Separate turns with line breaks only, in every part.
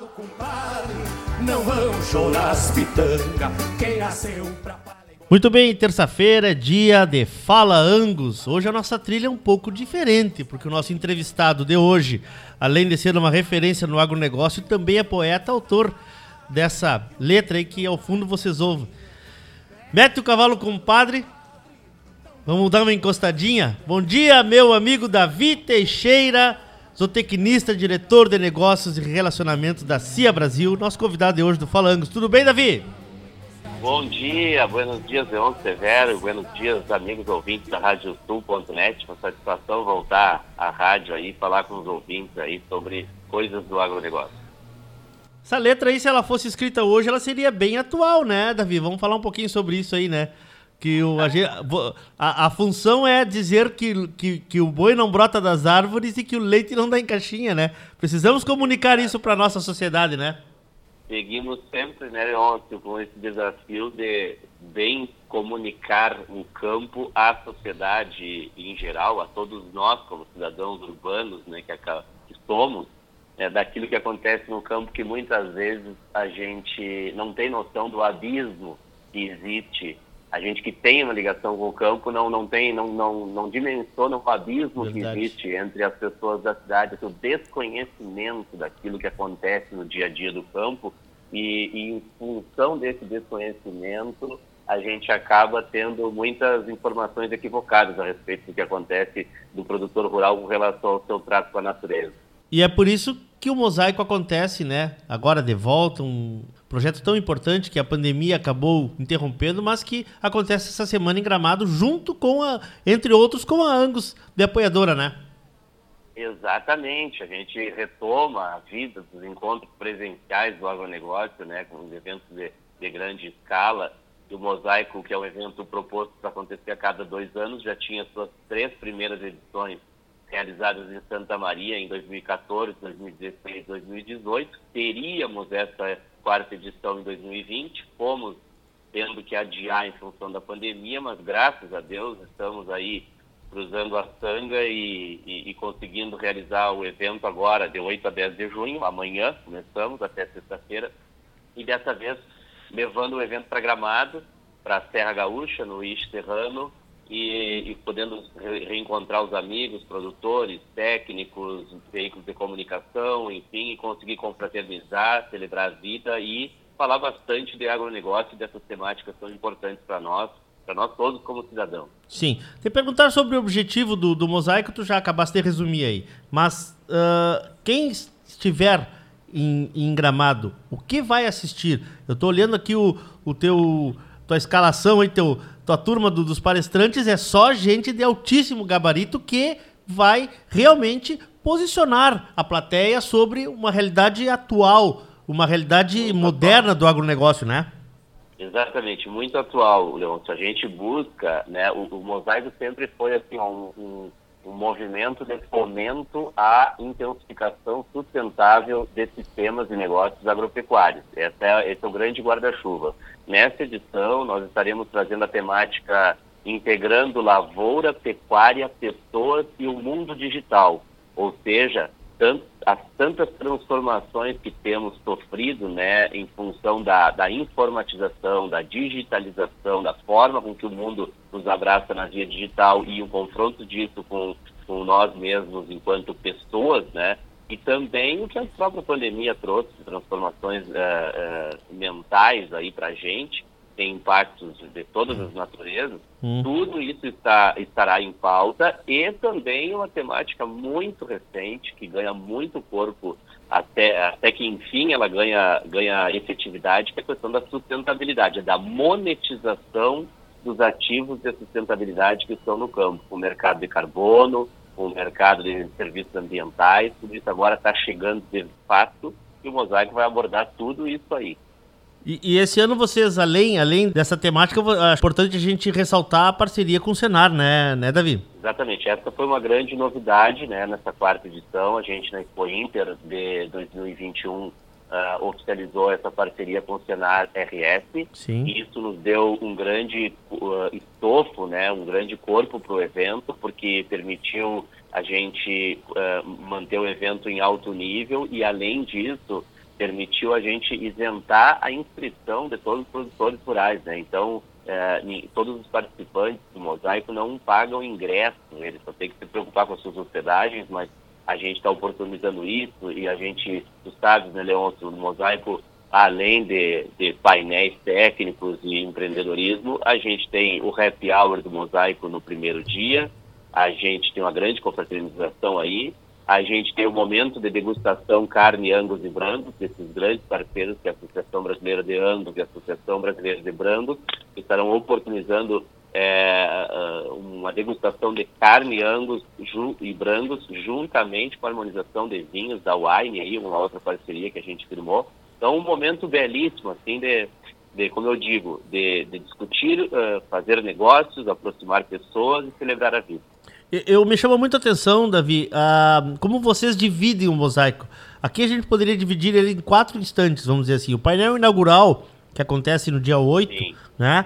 Não vão chorar as pitangas, quem nasceu pra...
Muito bem, terça-feira é dia de Fala Angus. Hoje a nossa trilha é um pouco diferente, porque o nosso entrevistado de hoje, além de ser uma referência no agronegócio, também é poeta, autor dessa letra aí que ao fundo vocês ouvem. Mete o cavalo, compadre. Vamos dar uma encostadinha. Bom dia, meu amigo Davi Teixeira, zootecnista, diretor de negócios e relacionamentos da CIA Brasil, nosso convidado de hoje do Fala Angus. Tudo bem, Davi?
Bom dia, buenos dias, Leon Severo, buenos dias, amigos ouvintes da RádioSul.net. Uma satisfação voltar à rádio aí, falar com os ouvintes aí sobre coisas do agronegócio.
Essa letra aí, se ela fosse escrita hoje, ela seria bem atual, né, Davi? Vamos falar um pouquinho sobre isso aí, né? Que a função é dizer que o boi não brota das árvores e que o leite não dá em caixinha, né? Precisamos comunicar isso para nossa sociedade, né?
Seguimos sempre, né, Leon, com esse desafio de bem comunicar o campo à sociedade em geral, a todos nós como cidadãos urbanos, né, que somos, daquilo que acontece no campo, que muitas vezes a gente não tem noção do abismo que existe. A gente que tem uma ligação com o campo não dimensiona o abismo que existe entre as pessoas da cidade, o desconhecimento daquilo que acontece no dia a dia do campo, e em função desse desconhecimento a gente acaba tendo muitas informações equivocadas a respeito do que acontece do produtor rural com relação ao seu trato com a natureza.
E é por isso que o Mosaico acontece, né? Agora de volta, um projeto tão importante que a pandemia acabou interrompendo, mas que acontece essa semana em Gramado, junto com entre outros, com a Angus de apoiadora, né?
Exatamente, a gente retoma a vida dos encontros presenciais do agronegócio, né? Com os eventos de grande escala. E o Mosaico, que é um evento proposto para acontecer a cada 2 anos, já tinha suas 3 primeiras edições realizadas em Santa Maria em 2014, 2016 e 2018. Teríamos essa 4ª edição em 2020, fomos tendo que adiar em função da pandemia, mas graças a Deus estamos aí cruzando a sanga e conseguindo realizar o evento agora de 8 a 10 de junho, amanhã começamos até sexta-feira, e dessa vez levando o evento para Gramado, para a Serra Gaúcha, no Ixo Serrano, e podendo reencontrar os amigos, produtores, técnicos, veículos de comunicação, enfim, e conseguir confraternizar, celebrar a vida e falar bastante de agronegócio e dessas temáticas tão importantes para nós todos como cidadãos.
Sim. Te perguntar sobre o objetivo do Mosaico, tu já acabaste de resumir aí, mas quem estiver em Gramado, o que vai assistir? Eu estou olhando aqui tua escalação aí, tua turma dos palestrantes, é só gente de altíssimo gabarito que vai realmente posicionar a plateia sobre uma realidade atual, uma realidade moderna do agronegócio, né?
Exatamente, muito atual, Leôncio. A gente busca, né, o Mosaico sempre foi assim, um movimento de fomento à intensificação sustentável de sistemas e negócios agropecuários. Esse é o grande guarda-chuva. Nessa edição, nós estaremos trazendo a temática integrando lavoura, pecuária, pessoas e o mundo digital. Ou seja, as tantas transformações que temos sofrido, né, em função da informatização, da digitalização, da forma com que o mundo nos abraça na via digital e o confronto disso com nós mesmos enquanto pessoas, né, e também o que a própria pandemia trouxe, transformações mentais aí para a gente, tem impactos de todas as naturezas, tudo isso estará em pauta, e também uma temática muito recente, que ganha muito corpo, até que enfim ela ganha efetividade, que é a questão da sustentabilidade, da monetização dos ativos de sustentabilidade que estão no campo, o mercado de carbono, o mercado de serviços ambientais, tudo isso agora está chegando de fato, e o Mosaico vai abordar tudo isso aí.
E esse ano vocês, além dessa temática, é importante a gente ressaltar a parceria com o Senar, né, Davi?
Exatamente, essa foi uma grande novidade, né, nessa 4ª edição. A gente na Expo Inter de 2021 oficializou essa parceria com o Senar RS.
Sim.
E isso nos deu um grande estofo, né, um grande corpo para o evento, porque permitiu a gente manter o evento em alto nível e, além disso, permitiu a gente isentar a inscrição de todos os produtores rurais, né? Então, todos os participantes do Mosaico não pagam ingresso, eles só têm que se preocupar com as suas hospedagens, mas a gente está oportunizando isso e a gente, tu sabes, né, Leôncio, no Mosaico, além de painéis técnicos e empreendedorismo, a gente tem o happy hour do Mosaico no primeiro dia, a gente tem uma grande confraternização aí, a gente tem o momento de degustação carne, Angus e Brandos, desses grandes parceiros, que é a Associação Brasileira de Angus e a Associação Brasileira de Brandos, que estarão oportunizando uma degustação de carne, Angus e Brandos, juntamente com a harmonização de vinhos da Wine, aí, uma outra parceria que a gente firmou. Então, um momento belíssimo, assim, de como eu digo, de discutir, fazer negócios, aproximar pessoas e celebrar a vida.
Eu me chama muito a atenção, Davi, como vocês dividem o Mosaico. Aqui a gente poderia dividir ele em 4 instantes, vamos dizer assim. O painel inaugural, que acontece no dia 8, sim, né?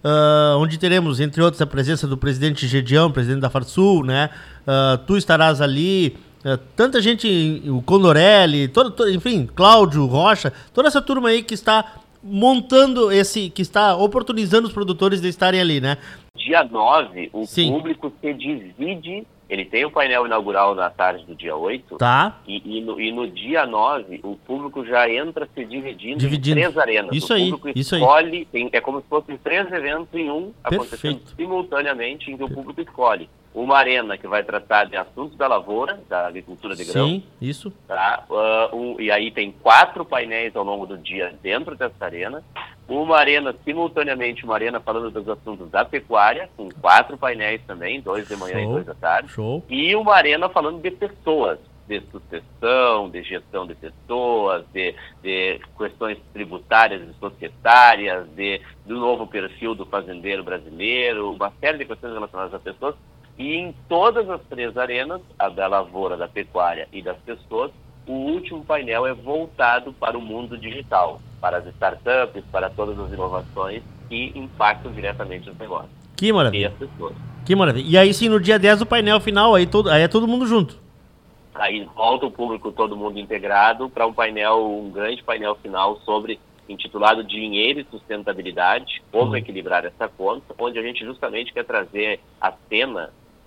Onde teremos, entre outros, a presença do presidente Gedião, presidente da Farsul, né? Tu estarás ali, tanta gente, o Condorelli, enfim, Cláudio, Rocha, toda essa turma aí que está montando que está oportunizando os produtores de estarem ali, né?
Dia 9, o
sim,
público se divide, ele tem o painel inaugural na tarde do dia 8,
tá.
E no dia 9, o público já entra se dividindo em 3 arenas.
Isso
o
aí,
público
isso
escolhe, aí. É como se fossem 3 eventos em um, acontecendo
perfeito,
simultaneamente, em que o público escolhe. Uma arena que vai tratar de assuntos da lavoura, da agricultura de grão.
Sim, isso.
Tá? E aí tem 4 painéis ao longo do dia dentro dessa arena. Uma arena, simultaneamente, uma arena falando dos assuntos da pecuária, com 4 painéis também, 2 de manhã e 2 da tarde.
Show. E
uma arena falando de pessoas, de sucessão, de gestão de pessoas, de questões tributárias e societárias, do novo perfil do fazendeiro brasileiro, uma série de questões relacionadas a pessoas. E em todas as 3 arenas, a da lavoura, da pecuária e das pessoas, o último painel é voltado para o mundo digital, para as startups, para todas as inovações que impactam diretamente os negócios.
Que maravilha.
E as pessoas.
Que maravilha. E aí sim, no dia 10 o painel final, aí é todo mundo junto.
Aí volta o público, todo mundo integrado, para um grande painel final intitulado Dinheiro e Sustentabilidade, como equilibrar essa conta, onde a gente justamente quer trazer à cena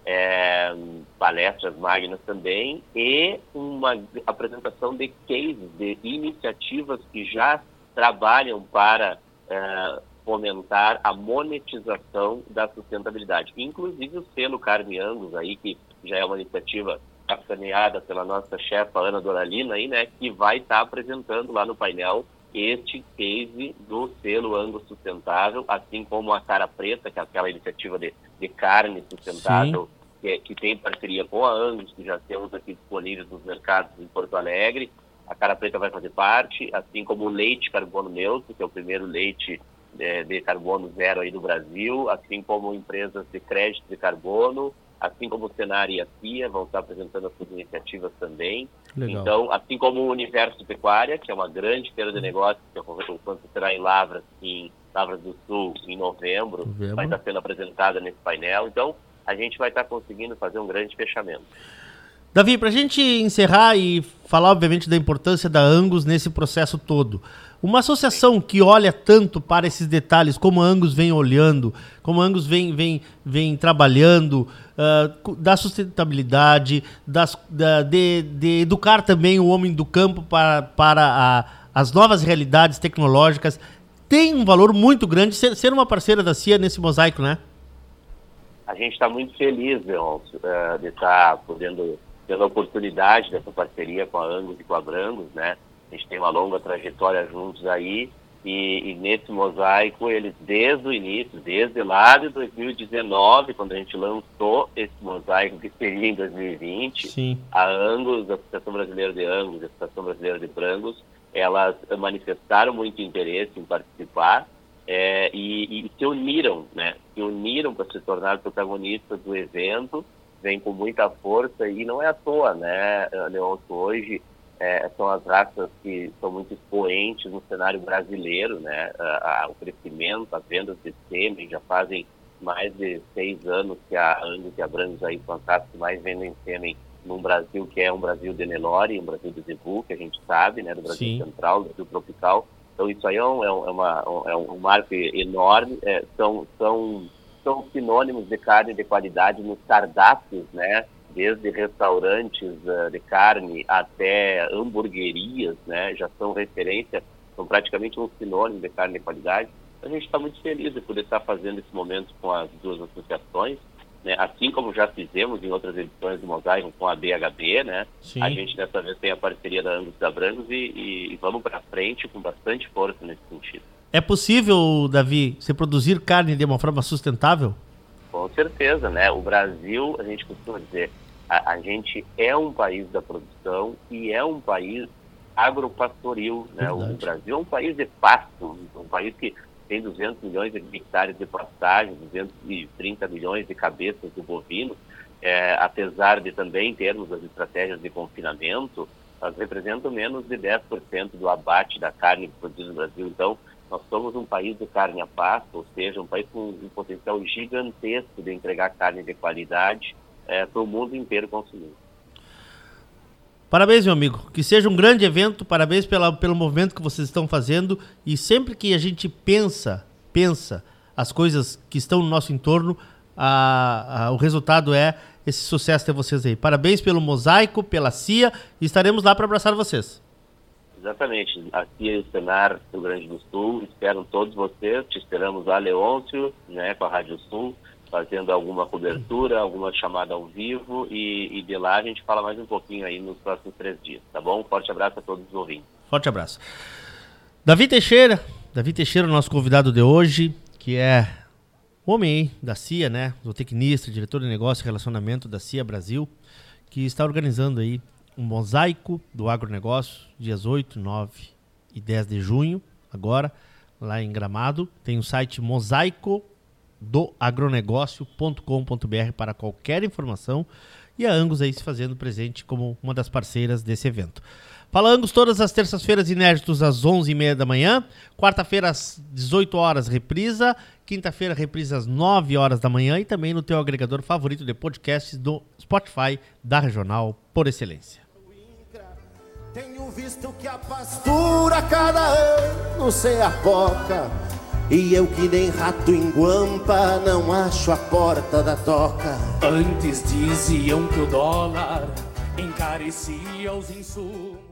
palestras magnas também e uma apresentação de cases, de iniciativas que já trabalham para fomentar a monetização da sustentabilidade. Inclusive o selo Carne Angus aí, que já é uma iniciativa capitaneada pela nossa chefa Ana Doralina aí, né, que vai estar apresentando lá no painel este case do selo Angus Sustentável, assim como a Cara Preta, que é aquela iniciativa de carne sustentável, que tem parceria com a Angus, que já temos aqui disponíveis nos mercados em Porto Alegre. A Cara Preta vai fazer parte, assim como o leite carbono neutro, que é o primeiro leite de carbono zero aí do Brasil, assim como empresas de crédito de carbono, assim como o Senar e a CIA vão estar apresentando as suas iniciativas também.
Legal.
Então, assim como o Universo Pecuária, que é uma grande feira de negócios, que acontecerá em Lavras do Sul, em novembro, vai estar sendo apresentada nesse painel. Então, a gente vai estar conseguindo fazer um grande fechamento.
Davi, para a gente encerrar e falar, obviamente, da importância da Angus nesse processo todo, uma associação que olha tanto para esses detalhes, como a Angus vem olhando, como a Angus vem trabalhando, da sustentabilidade, de educar também o homem do campo para as novas realidades tecnológicas, tem um valor muito grande ser uma parceira da CIA nesse mosaico, né?
A gente está muito feliz, Leôncio, de estar tendo a oportunidade dessa parceria com a Angus e com a Brangus, né? A gente tem uma longa trajetória juntos aí e nesse mosaico eles desde o início, desde lá de 2019, quando a gente lançou esse mosaico que seria em 2020,
sim,
a Angus, a Associação Brasileira de Angus, a Associação Brasileira de Brangus, elas manifestaram muito interesse em participar e se uniram, né? Se uniram para se tornar protagonistas do evento, vem com muita força e não é à toa, né, Leôncio? Hoje são as raças que são muito expoentes no cenário brasileiro, né? O crescimento, as vendas de sêmen já fazem mais de 6 anos que a Angus e a Brangus aí são as raças que mais vendem sêmen num Brasil que é um Brasil de Nelore, um Brasil do Zebu, que a gente sabe, né, do Brasil Central, do Brasil Tropical. Então isso aí é um marco enorme, são sinônimos de carne de qualidade nos cardápios, né, desde restaurantes de carne até hamburguerias, né, já são referência, são praticamente um sinônimo de carne de qualidade. A gente está muito feliz de poder estar fazendo esse momento com as duas associações, né? Assim como já fizemos em outras edições do Mosaico com a BHB, né?
Sim.
A gente dessa vez tem a parceria da Angus da Brangos e vamos para frente com bastante força nesse sentido.
É possível, Davi, você produzir carne de uma forma sustentável?
Com certeza, né? O Brasil, a gente costuma dizer, a gente é um país da produção e é um país agropastoril, né? O Brasil é um país de pasto, um país que tem 200 milhões de hectares de pastagem, 230 milhões de cabeças do bovino, apesar de também termos as estratégias de confinamento, elas representam menos de 10% do abate da carne produzida no Brasil. Então, nós somos um país de carne a pasto, ou seja, um país com um potencial gigantesco de entregar carne de qualidade para o mundo inteiro consumir.
Parabéns, meu amigo. Que seja um grande evento. Parabéns pelo movimento que vocês estão fazendo. E sempre que a gente pensa as coisas que estão no nosso entorno, o resultado é esse sucesso de vocês aí. Parabéns pelo Mosaico, pela CIA, e estaremos lá para abraçar vocês.
Exatamente. A CIA e o Senar do Rio Grande do Sul esperam todos vocês. Te esperamos lá, Leôncio, né, com a Rádio Sul, fazendo alguma cobertura, alguma chamada ao vivo, e de lá a gente fala mais um pouquinho aí nos próximos 3 dias, tá bom? Forte abraço a todos os ouvintes.
Forte abraço. Davi Teixeira, nosso convidado de hoje, que é homem aí da CIA, né? Zootecnista, diretor de negócio e relacionamento da CIA Brasil, que está organizando aí um mosaico do agronegócio, dias 8, 9 e 10 de junho, agora, lá em Gramado. Tem o site mosaicodoagronegócio.com.br para qualquer informação, e a Angus aí se fazendo presente como uma das parceiras desse evento. Fala Angus, todas as terças-feiras inéditos às 11h30 da manhã, quarta-feira às 18 horas reprisa, quinta-feira reprisa às 9 horas da manhã, e também no teu agregador favorito de podcasts do Spotify da Regional por excelência.
Tenho visto que a pastura cada ano se apoca, e eu que nem rato em guampa não acho a porta da toca.
Antes diziam que o dólar encarecia os insumos.